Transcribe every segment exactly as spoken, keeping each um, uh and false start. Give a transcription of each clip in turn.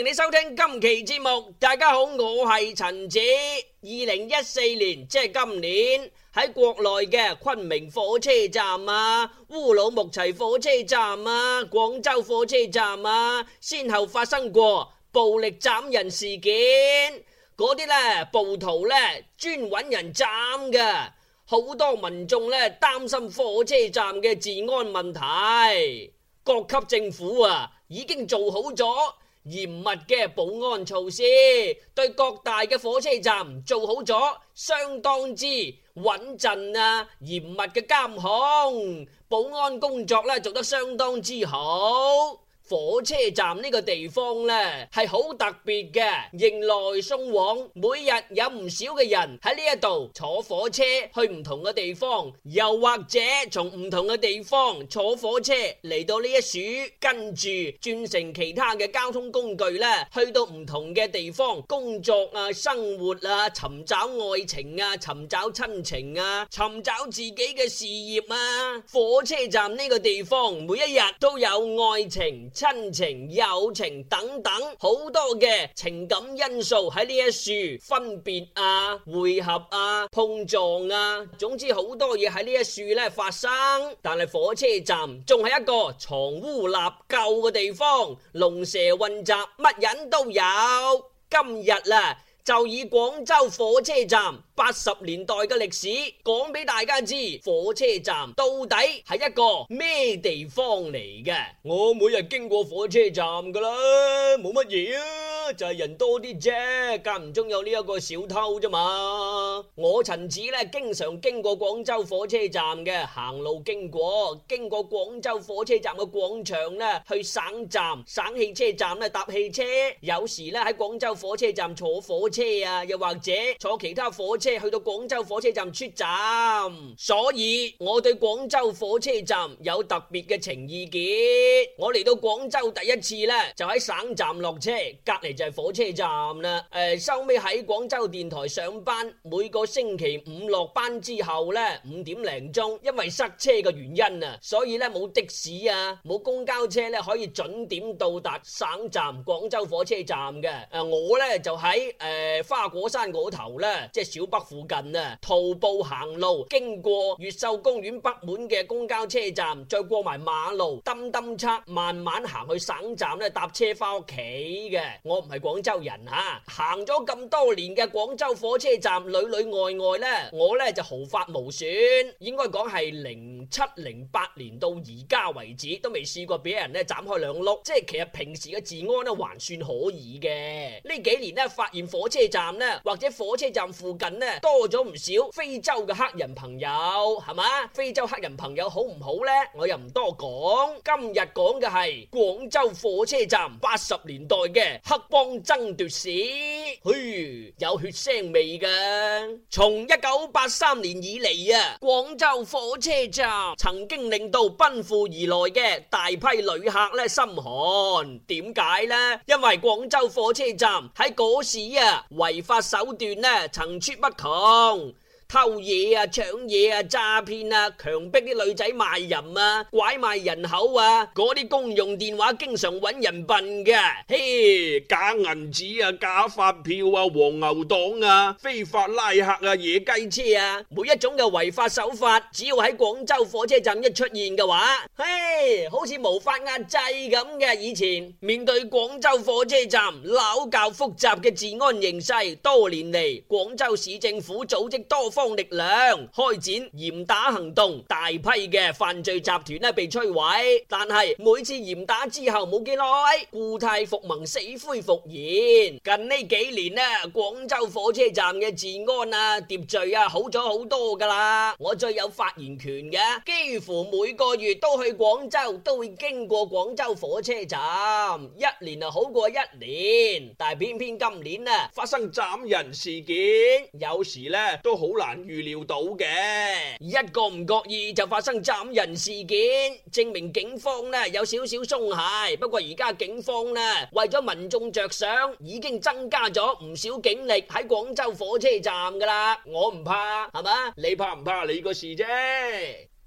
迎你收聽今期節目。大家好，我係陳子。二零一四年即係今年，喺國內嘅昆明火車站啊、烏魯木齊火車站啊、廣州火車站啊，先後發生過暴力斬人事件。嗰啲呢暴徒呢專揾人斬嘅，好多民眾呢擔心火車站嘅治安問題。各級政府啊已經做好咗嚴密嘅保安措施，對各大嘅火車站做好咗相當之穩陣啊嚴密嘅監控，保安工作咧做得相當之好。火車站呢個地方呢係好特別嘅，迎來送往，每日有唔少嘅人喺呢一度坐火車去唔同嘅地方，又或者從唔同嘅地方坐火車嚟到呢一處，跟住轉乘其他嘅交通工具呢，去到唔同嘅地方工作啊、生活啊、尋找愛情啊、尋找親情啊、尋找自己嘅事業啊。火車站呢個地方每一日都有愛情、親情、友情等等好多嘅情感因素喺呢一處分別啊、匯合啊、碰撞啊，總之好多嘢喺呢一處咧發生。但係火車站仲係一個藏污納垢嘅地方，龍蛇混雜，乜人都有。今日啦，就以廣州火車站八十年代嘅歷史講俾大家知，火車站到底係一個咩地方嚟嘅？我每日經過火車站噶啦，冇乜嘢啊，就係人多啲啫，間唔中有呢一個小偷啫嘛。我陳子咧經常經過廣州火車站嘅，行路經過，經過廣州火車站嘅廣場咧，去省站、省汽車站咧搭汽車，有時咧喺廣州火車站坐火車啊，又或者坐其他火車去到廣州火車站出站，所以我對廣州火車站有特別嘅情意結。我嚟到廣州第一次呢，就喺省站落車，隔籬就係火車站啦。誒、呃，收尾喺廣州電台上班，每個星期五落班之後呢，五點零鐘，因為塞車嘅原因啊，所以呢冇的士啊，冇公交車呢可以準點到達省站廣州火車站嘅。誒、呃，我呢就喺誒、呃、花果山嗰頭呢，即係小北附近。徒步行路經過越秀公園北門嘅公交車站，再過埋馬路，蹬蹬叉慢慢行去省站咧，搭車翻屋企嘅。我唔係廣州人吓，行咗咁多年嘅廣州火車站裏裏外外咧，我咧就毫髮無損，應該講係零七零八年到而家為止都未試過俾人咧斬開兩碌，即係其實平時嘅治安咧還算可以嘅。呢幾年咧發現火車站咧或者火車站附近咧多咗唔少非洲嘅黑人朋友，係嘛？非洲黑人朋友好唔好呢？我又唔多講。今日講嘅係廣州火車站八十年代嘅黑幫爭奪史，嘘，有血腥味㗎。從一九八三年以嚟啊，廣州火車站曾經令到奔赴而來嘅大批旅客咧心寒。點解呢？因為廣州火車站喺嗰時啊，違法手段咧層出不窮。偷嘢啊、搶嘢啊、詐騙啊、強迫啲女仔賣淫啊、拐賣人口啊，嗰啲公用電話經常揾人笨嘅，嘿，假銀紙啊、假發票啊、黃牛黨啊、非法拉客啊、野雞車啊，每一種嘅違法手法，只要喺廣州火車站一出現嘅話，嘿，好似無法壓制咁嘅。以前面對廣州火車站拗較複雜嘅治安形勢，多年嚟廣州市政府組織多方力量開展嚴打行動，大批嘅犯罪集團咧被摧毀。但係每次嚴打之後冇幾耐，故態復萌，死灰復燃。近呢幾年咧，廣州火車站嘅治安啊、秩序啊好咗好多噶啦。我最有發言權嘅，幾乎每個月都去廣州，都會經過廣州火車站，一年啊好過一年。但係偏偏今年啊發生斬人事件，有時咧都好難預料到嘅，一個唔覺意就發生斬人事件，證明警方呢有少少鬆懈。不過而家警方呢為咗民眾着想，已經增加咗唔少警力喺廣州火車站噶啦。我唔怕，係嘛？你怕唔怕？你個事啫。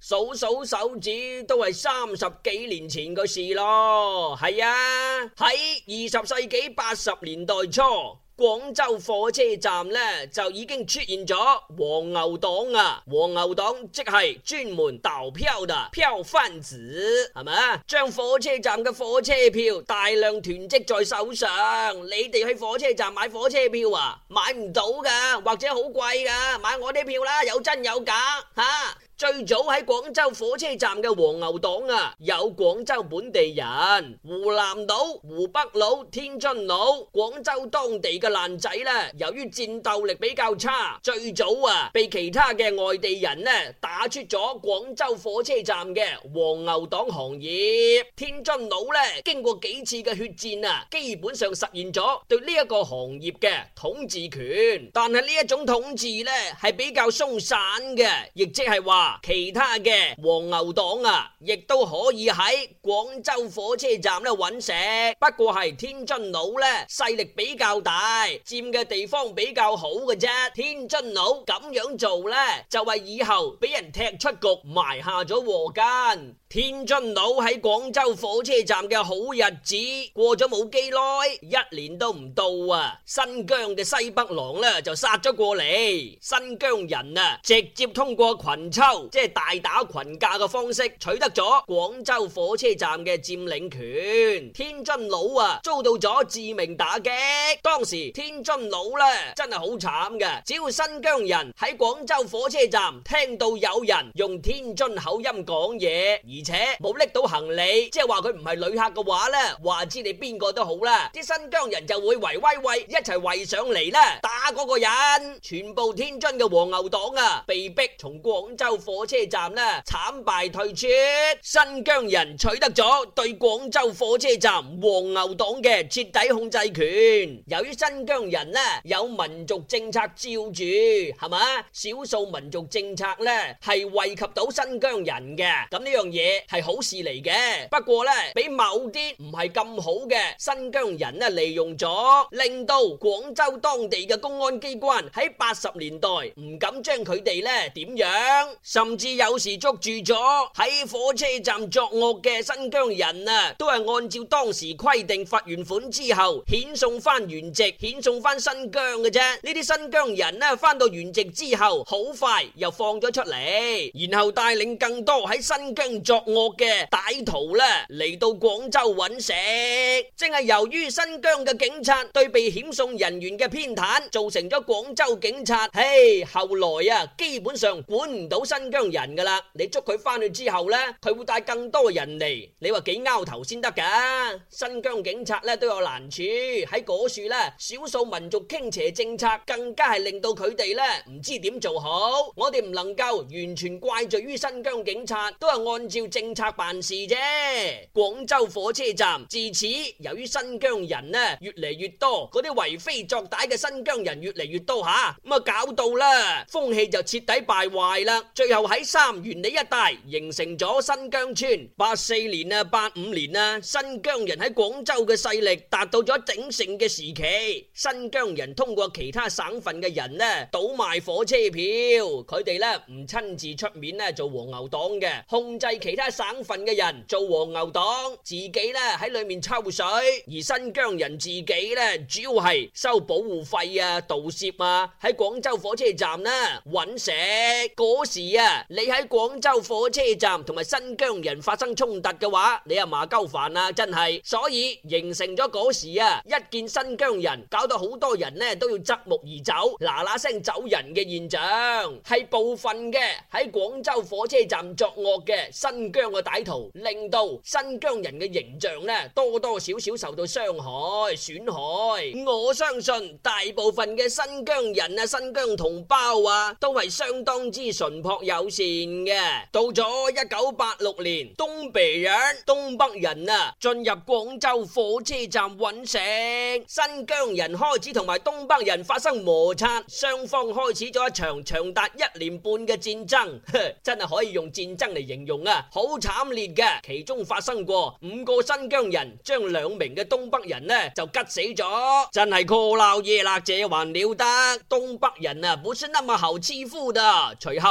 數數手指都係三十幾年前嘅事咯。係啊，喺二十世紀八十年代初，廣州火車站呢就已經出現咗黃牛黨啊！黃牛黨即係專門盜票嘅票販子，係咪啊？將火車站嘅火車票大量囤積在手上。你哋去火車站買火車票啊，買唔到噶，或者好貴噶，買我啲票啦，有真有假吓。啊最早喺廣州火車站嘅黃牛黨啊，有廣州本地人、湖南佬、湖北佬、天津佬，廣州當地嘅爛仔呢，由於戰鬥力比較差，最早啊被其他嘅外地人呢打出咗廣州火車站嘅黃牛黨行業。天津佬呢經過幾次嘅血戰啊，基本上實現咗對呢一個行業嘅統治權，但係呢一種統治呢係比較鬆散嘅，亦即係話。其他嘅黃牛黨啊，亦都可以喺廣州火車站咧揾食，不過係天津佬咧勢力比較大，佔嘅地方比較好嘅啫。天津佬咁樣做咧，就為以後俾人踢出局埋下咗禍根。天津佬喺廣州火車站嘅好日子過咗冇幾耐，一年都唔到啊，新疆嘅西北狼咧就殺咗過嚟，新疆人啊直接通過群抽，即係大打群架嘅方式取得咗廣州火車站嘅佔領權。天津佬啊遭到咗致命打擊。當時天津佬咧真係好慘嘅，只要新疆人喺廣州火車站聽到有人用天津口音講嘢，而且冇拎到行李，即係話佢唔係旅客嘅話咧，話知你邊個都好啦，啲新疆人就會圍威喂一齊圍上嚟啦，打嗰個人。全部天津嘅黃牛黨啊被逼從廣州火車站咧慘敗退出，新疆人取得咗對廣州火車站黃牛黨嘅徹底控制權。由於新疆人咧有民族政策照住，係嘛，少數民族政策咧係惠及到新疆人嘅，咁呢樣嘢係好事嚟嘅。不過咧俾某啲唔係咁好嘅新疆人咧利用咗，令到廣州當地嘅公安機關喺八十年代唔敢將佢哋咧點樣，甚至有時捉住咗喺火車站作惡嘅新疆人啊，都係按照當時規定罰完款之後遣送翻原籍，遣送翻新疆嘅啫。呢啲新疆人呢翻到原籍之後好快又放咗出嚟，然後帶領更多喺新疆作惡嘅歹徒咧嚟到廣州揾食。正係由於新疆嘅警察對被遣送人員嘅偏袒，造成咗廣州警察嘿後來啊基本上管唔到新疆人噶啦。你捉佢翻去之後咧，佢會帶更多人嚟，你話幾拗頭先得噶？新疆警察咧都有難處，喺嗰處咧少數民族傾斜政策更加係令到佢哋咧唔知點做好。我哋唔能夠完全怪罪於新疆警察，都係按照政策辦事啫。廣州火車站自此由於新疆人呢越嚟越多，嗰啲為非作歹嘅新疆人越嚟越多吓，咁啊搞到啦風氣就徹底敗壞啦。最後喺三元里一帶形成咗新疆村。八四年啊八五年啊，新疆人喺廣州嘅勢力達到咗鼎盛嘅時期。新疆人通過其他省份嘅人呢倒賣火車票，佢哋呢唔親自出面呢做黃牛黨嘅，控制其他省份嘅人做黃牛黨，自己呢喺裏面抽水。而新疆人自己呢主要係收保護費啊、盜竊啊，喺廣州火車站呢揾食。嗰時啊，你喺廣州火車站同埋新疆人發生衝突嘅話，你啊麻鳩煩啊，真係。所以形成咗嗰時啊，一見新疆人，搞到好多人呢都要側目而走，嗱嗱聲走人嘅現象。係部分嘅喺廣州火車站作惡嘅新疆嘅歹徒，令到新疆人嘅形象呢多多少少受到傷害損害。我相信大部分嘅新疆人啊、新疆同胞啊，都係相當之淳樸友善嘅。到咗一九八六年，東北人東北人啊進入廣州火車站揾食，新疆人開始同埋東北人發生摩擦，雙方開始咗一場長達一年半嘅戰爭，真係可以用戰爭嚟形容啊，好慘烈嘅。其中發生過五個新疆人將兩名嘅東北人呢就吉死咗，真係 call 鬧耶啦，這還了得？東北人啊不是那麼好欺負的。隨後東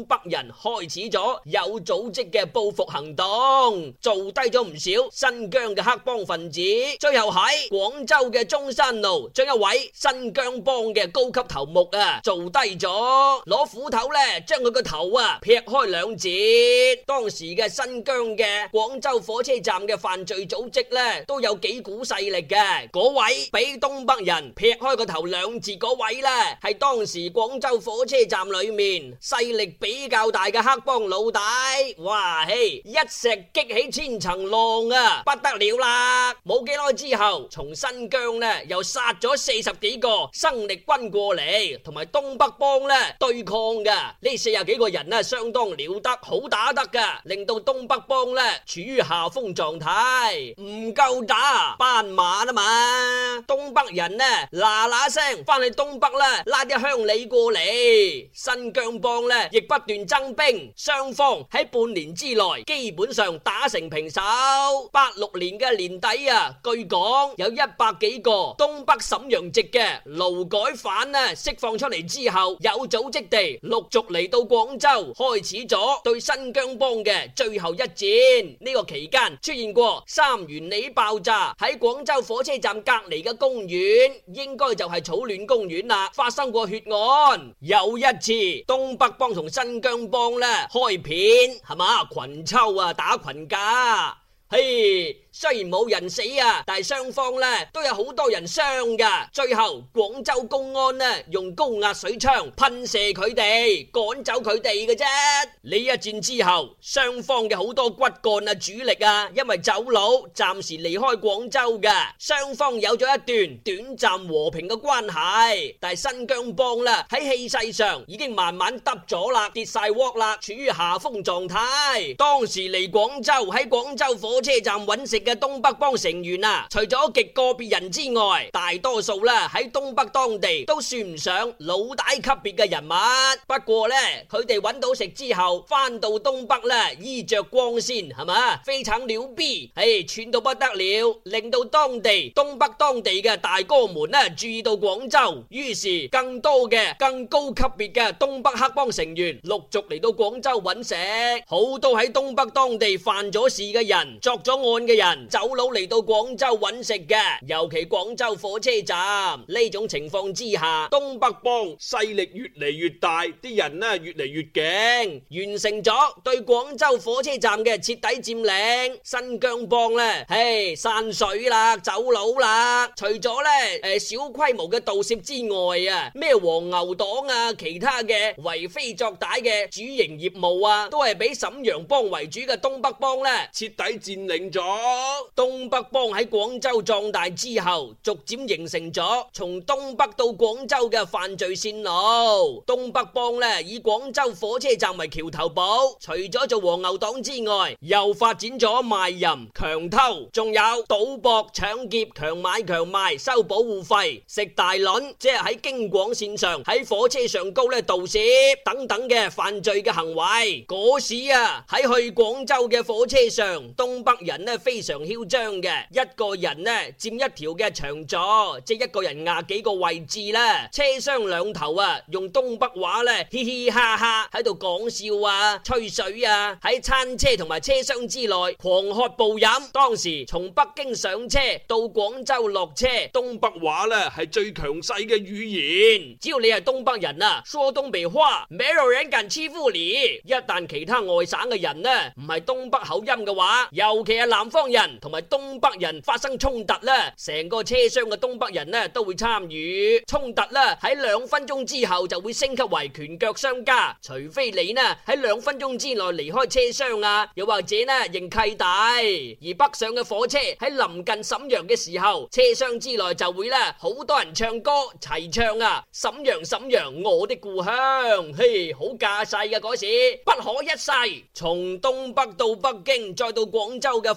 北人開始咗有組織嘅報復行動，做低咗唔少新疆嘅黑幫分子。最後喺廣州嘅中山路將一位新疆幫嘅高級頭目啊做低咗，攞斧頭咧將佢個頭啊劈開兩截。當時嘅新疆嘅廣州火車站嘅犯罪組織咧都有幾股勢力嘅，嗰位俾東北人劈開個頭兩截嗰位咧係當時廣州火車站裏面勢力比較大嘅黑幫老大。哇嘿，一石激起千層浪啊，不得了啦！冇幾耐之後，從新疆呢又殺咗四十幾個生力軍過嚟，同埋東北幫呢對抗㗎。呢四十幾個人呢相當了得，好打得㗎，令到東北幫呢處於下風狀態，唔夠打斑馬啊嘛！東北人呢嗱嗱聲翻去東北呢拉啲鄉里過嚟，新疆幫呢亦不斷增兵，雙方喺半年之內基本上打成平手。八六年嘅年底啊，據講有一百幾個東北瀋陽籍嘅勞改犯呢釋放出嚟之後，有組織地陸續嚟到廣州，開始咗對新疆幫嘅最後一戰。呢個期間出現過三元里爆炸，喺廣州火車站隔籬嘅公園，應該就係草戀公園啦，發生過血案。有一次東北幫同新疆幫呢開片係嘛，群抽啊打群架，嘿。雖然冇人死啊，但係雙方咧都有好多人傷噶。最後廣州公安呢用高壓水槍噴射佢哋，趕走佢哋嘅啫。呢一戰之後，雙方嘅好多骨幹啊、主力啊，因為走佬暫時離開廣州嘅，雙方有咗一段短暫和平嘅關係。但係新疆幫啦喺氣勢上已經慢慢耷咗啦，跌晒鑊啦，處於下風狀態。當時嚟廣州喺廣州火車站揾食嘅東北幫成員啊，除咗極個別人之外，大多數咧喺東北當地都算唔上老大級別嘅人物。不過咧，佢哋揾到食之後，翻到東北咧，衣着光鮮，係嘛，非常牛逼，誒，串到不得了，令到當地東北當地嘅大哥們咧注意到廣州，於是更多嘅更高級別嘅東北黑幫成員陸續嚟到廣州揾食。好多喺東北當地犯咗事嘅人，作咗案嘅人，走佬嚟到廣州揾食嘅，尤其廣州火車站。呢種情況之下，東北幫勢力越嚟越大，啲人呢越嚟越勁，完成咗對廣州火車站嘅徹底佔領。新疆幫呢，唉，散水啦，走佬啦。除咗呢誒小規模嘅盜竊之外啊，咩黃牛黨啊，其他嘅為非作歹嘅主營業務啊，都係俾瀋陽幫為主嘅東北幫呢徹底佔領咗。東北幫喺廣州壯大之後，逐漸形成咗從東北到廣州嘅犯罪線路。東北幫咧以廣州火車站為橋頭堡，除咗做黃牛黨之外，又發展咗賣淫、強偷，仲有賭博、搶劫、強買強賣、收保護費、食大卵，即係喺京廣線上喺火車上高咧盜竊等等嘅犯罪嘅行為。嗰時啊喺去廣州嘅火車上，東北人咧非常囂張嘅，一個人呢佔一條嘅長座，即係一個人壓幾個位置啦。車廂兩頭啊用東北話咧嘻嘻哈哈喺度講笑啊、吹水啊，喺餐車同埋車廂之內狂喝暴飲。當時從北京上車到廣州落車，東北話咧係最強勢嘅語言。只要你係東北人啊，說東北話，沒有人敢欺負你。一旦其他外省嘅人呢唔係東北口音嘅話，尤其係南方人同埋東北人發生衝突咧，成個車廂嘅東北人咧都會參與衝突咧，喺兩分鐘之後就會升級為拳腳相加，除非你呢喺兩分鐘之內離開車廂啊，又或者呢認契弟。而北上嘅火車喺臨近瀋陽嘅時候，車廂之內就會咧好多人唱歌齊唱啊，瀋陽瀋陽我的故鄉，嘿，好架勢嘅嗰時，不可一世。從東北到北京再到廣州嘅犯罪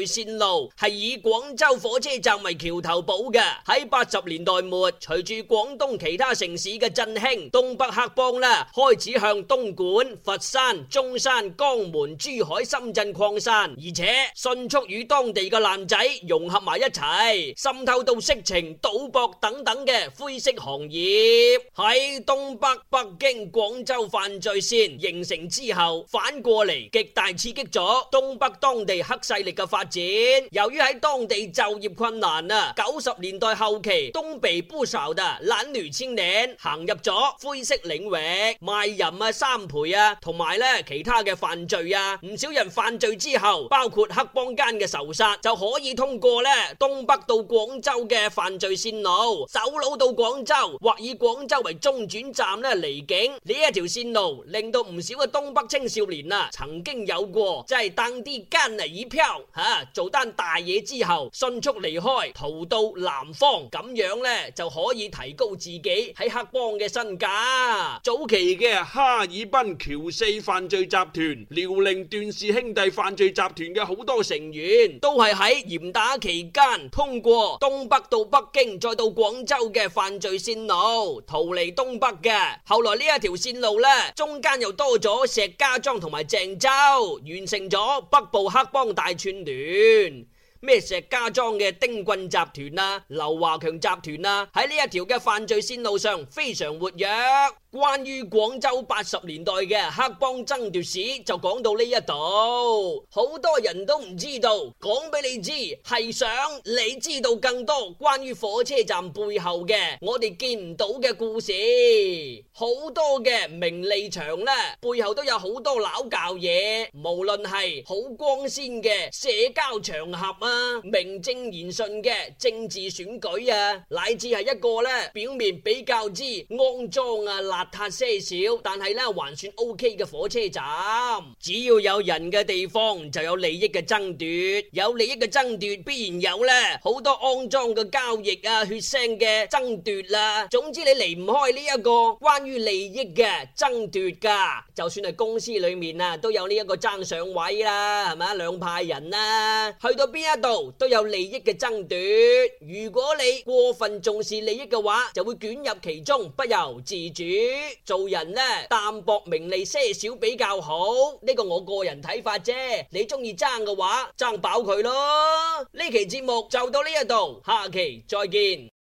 線路係以廣州火車站為橋頭堡嘅。喺八十年代末，隨住廣東其他城市嘅振興，東北黑幫呢開始向東莞、佛山、中山、江門、珠海、深圳擴散，而且迅速與當地嘅爛仔融合埋一齊，滲透到色情、賭博等等嘅灰色行業。喺東北、北京、廣州犯罪線形成之後，反過嚟極大刺激咗東北當地黑勢力嘅發展。由於喺當地就業困難啊，九十年代後期東北不少的懶女青年行入咗灰色領域，賣淫啊、三陪啊，同埋咧其他嘅犯罪啊。唔少人犯罪之後，包括黑幫間嘅仇殺，就可以通過咧東北到廣州嘅犯罪線路，走佬到廣州或以廣州為中轉站咧離境。呢一條線路令到唔少嘅東北青少年啊，曾經有過即係掟啲奸嚟一票吓，做單大嘢之後迅速離開，逃到南方，咁樣咧就可以提高自己喺黑幫嘅身價。 早期嘅哈爾濱喬四犯罪集團、遼寧段氏兄弟犯罪集團嘅好多成員都係喺嚴打期間通過東北到北京再到廣州嘅犯罪線路逃離東北嘅。後來呢一條線路呢，中間又多咗石家莊同埋鄭州，完成咗北部黑幫大串聯。咩石家莊嘅丁棍集團啊、劉華強集團啊，喺呢一條嘅犯罪線路上非常活躍。關於廣州八十年代嘅黑幫爭奪史就講到呢一度，好多人都唔知道，講俾你知係想你知道更多關於火車站背後嘅我哋見唔到嘅故事。好多嘅名利場呢，背後都有好多撈教嘢，無論係好光鮮嘅社交場合啊，名正言順嘅政治選舉啊，乃至係一個呢表面比較之骯髒啊邋遢些少，但係咧還算 OK 嘅火車站。只要有人嘅地方就有利益嘅爭奪，有利益嘅爭奪必然有咧好多骯髒嘅交易啊、血腥嘅爭奪啦。總之你離唔開呢一個關於利益嘅爭奪噶。就算係公司裏面啊，都有呢一個爭上位啦，係咪？兩派人啦，去到邊一度都有利益嘅爭奪。如果你過分重視利益嘅話，就會捲入其中，不由自主。做人呢，淡薄名利些少比較好，呢個我個人睇法啫。你中意爭嘅話，爭飽佢咯。呢期節目就到呢一度，下期再見。